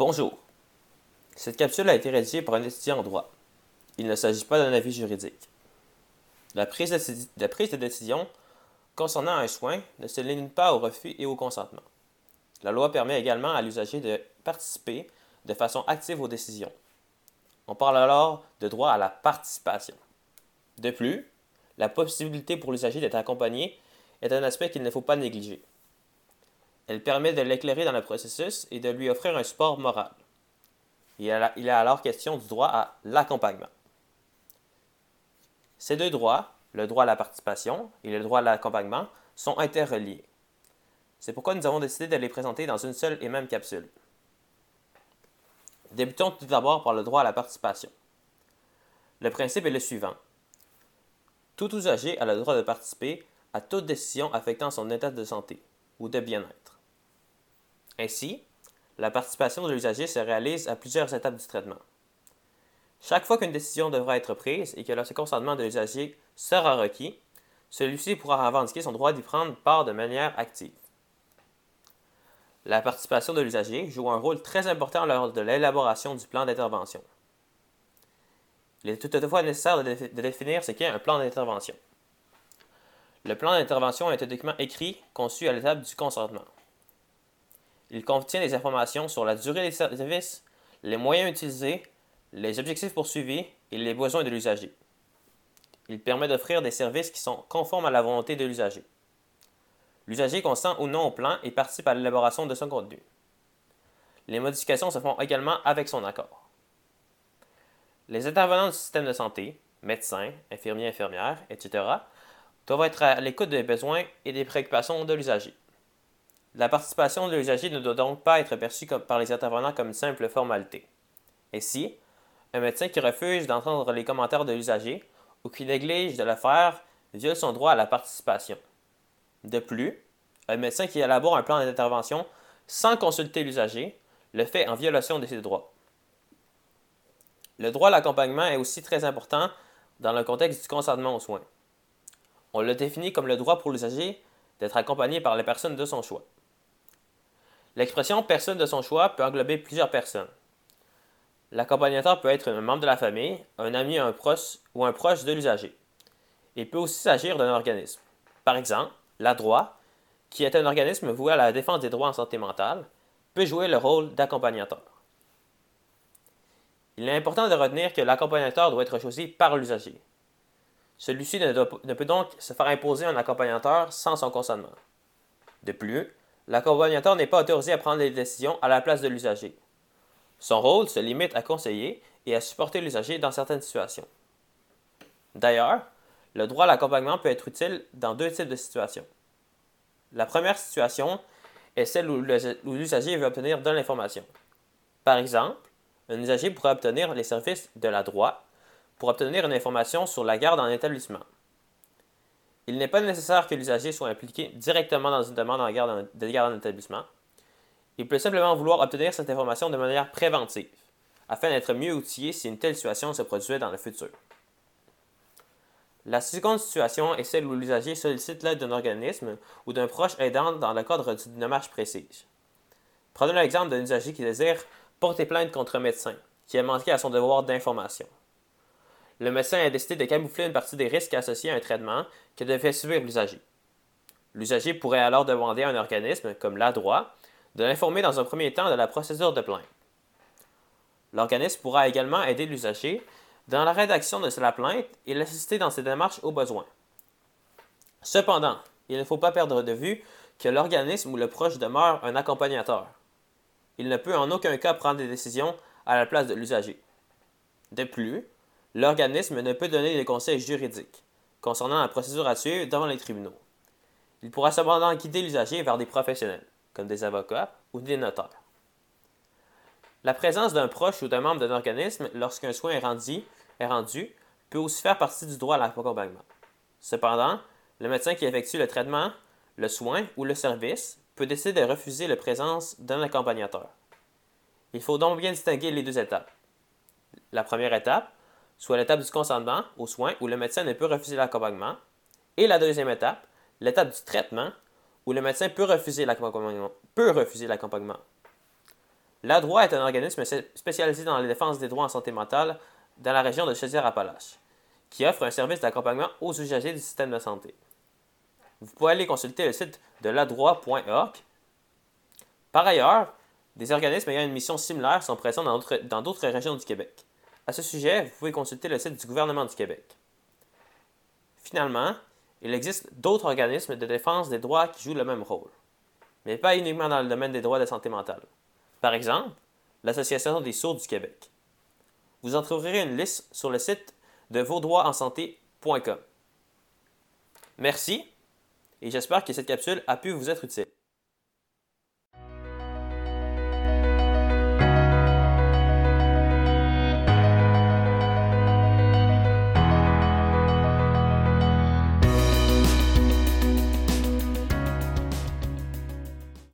Bonjour. Cette capsule a été rédigée par un étudiant en droit. Il ne s'agit pas d'un avis juridique. La prise de décision concernant un soin ne se limite pas au refus et au consentement. La loi permet également à l'usager de participer de façon active aux décisions. On parle alors de droit à la participation. De plus, la possibilité pour l'usager d'être accompagné est un aspect qu'il ne faut pas négliger. Elle permet de l'éclairer dans le processus et de lui offrir un support moral. Il est alors question du droit à l'accompagnement. Ces deux droits, le droit à la participation et le droit à l'accompagnement, sont interreliés. C'est pourquoi nous avons décidé de les présenter dans une seule et même capsule. Débutons tout d'abord par le droit à la participation. Le principe est le suivant. Tout usager a le droit de participer à toute décision affectant son état de santé ou de bien-être. Ainsi, la participation de l'usager se réalise à plusieurs étapes du traitement. Chaque fois qu'une décision devra être prise et que le consentement de l'usager sera requis, celui-ci pourra revendiquer son droit d'y prendre part de manière active. La participation de l'usager joue un rôle très important lors de l'élaboration du plan d'intervention. Il est toutefois nécessaire de définir ce qu'est un plan d'intervention. Le plan d'intervention est un document écrit conçu à l'étape du consentement. Il contient des informations sur la durée des services, les moyens utilisés, les objectifs poursuivis et les besoins de l'usager. Il permet d'offrir des services qui sont conformes à la volonté de l'usager. L'usager consent ou non au plan et participe à l'élaboration de son contenu. Les modifications se font également avec son accord. Les intervenants du système de santé, médecins, infirmiers, infirmières, etc., doivent être à l'écoute des besoins et des préoccupations de l'usager. La participation de l'usager ne doit donc pas être perçue par les intervenants comme une simple formalité. Ainsi, un médecin qui refuse d'entendre les commentaires de l'usager ou qui néglige de le faire viole son droit à la participation. De plus, un médecin qui élabore un plan d'intervention sans consulter l'usager le fait en violation de ses droits. Le droit à l'accompagnement est aussi très important dans le contexte du consentement aux soins. On le définit comme le droit pour l'usager d'être accompagné par la personne de son choix. L'expression « personne de son choix » peut englober plusieurs personnes. L'accompagnateur peut être un membre de la famille, un ami ou un proche de l'usager. Il peut aussi s'agir d'un organisme. Par exemple, la droit, qui est un organisme voué à la défense des droits en santé mentale, peut jouer le rôle d'accompagnateur. Il est important de retenir que l'accompagnateur doit être choisi par l'usager. Celui-ci ne peut donc se faire imposer un accompagnateur sans son consentement. De plus, l'accompagnateur n'est pas autorisé à prendre les décisions à la place de l'usager. Son rôle se limite à conseiller et à supporter l'usager dans certaines situations. D'ailleurs, le droit à l'accompagnement peut être utile dans deux types de situations. La première situation est celle où l'usager veut obtenir de l'information. Par exemple, un usager pourrait obtenir les services de la droit pour obtenir une information sur la garde en établissement. Il n'est pas nécessaire que l'usager soit impliqué directement dans une demande de garde en établissement. Il peut simplement vouloir obtenir cette information de manière préventive, afin d'être mieux outillé si une telle situation se produisait dans le futur. La seconde situation est celle où l'usager sollicite l'aide d'un organisme ou d'un proche aidant dans le cadre d'une démarche précise. Prenons l'exemple d'un usager qui désire porter plainte contre un médecin qui a manqué à son devoir d'information. Le médecin a décidé de camoufler une partie des risques associés à un traitement que devait subir l'usager. L'usager pourrait alors demander à un organisme, comme la droit, de l'informer dans un premier temps de la procédure de plainte. L'organisme pourra également aider l'usager dans la rédaction de la plainte et l'assister dans ses démarches au besoin. Cependant, il ne faut pas perdre de vue que l'organisme ou le proche demeure un accompagnateur. Il ne peut en aucun cas prendre des décisions à la place de l'usager. De plus, l'organisme ne peut donner des conseils juridiques concernant la procédure à suivre devant les tribunaux. Il pourra cependant guider l'usager vers des professionnels, comme des avocats ou des notaires. La présence d'un proche ou d'un membre d'un organisme lorsqu'un soin est rendu peut aussi faire partie du droit à l'accompagnement. Cependant, le médecin qui effectue le traitement, le soin ou le service peut décider de refuser la présence d'un accompagnateur. Il faut donc bien distinguer les deux étapes. La première étape, soit l'étape du consentement aux soins où le médecin ne peut refuser l'accompagnement, et la deuxième étape, l'étape du traitement où le médecin peut refuser l'accompagnement. L'ADROIT est un organisme spécialisé dans la défense des droits en santé mentale dans la région de Chaudière-Appalaches, qui offre un service d'accompagnement aux usagers du système de santé. Vous pouvez aller consulter le site de ladroit.org. Par ailleurs, des organismes ayant une mission similaire sont présents dans d'autres régions du Québec. À ce sujet, vous pouvez consulter le site du gouvernement du Québec. Finalement, il existe d'autres organismes de défense des droits qui jouent le même rôle, mais pas uniquement dans le domaine des droits de santé mentale. Par exemple, l'Association des sourds du Québec. Vous en trouverez une liste sur le site de vosdroitsensanté.com. Merci, et j'espère que cette capsule a pu vous être utile.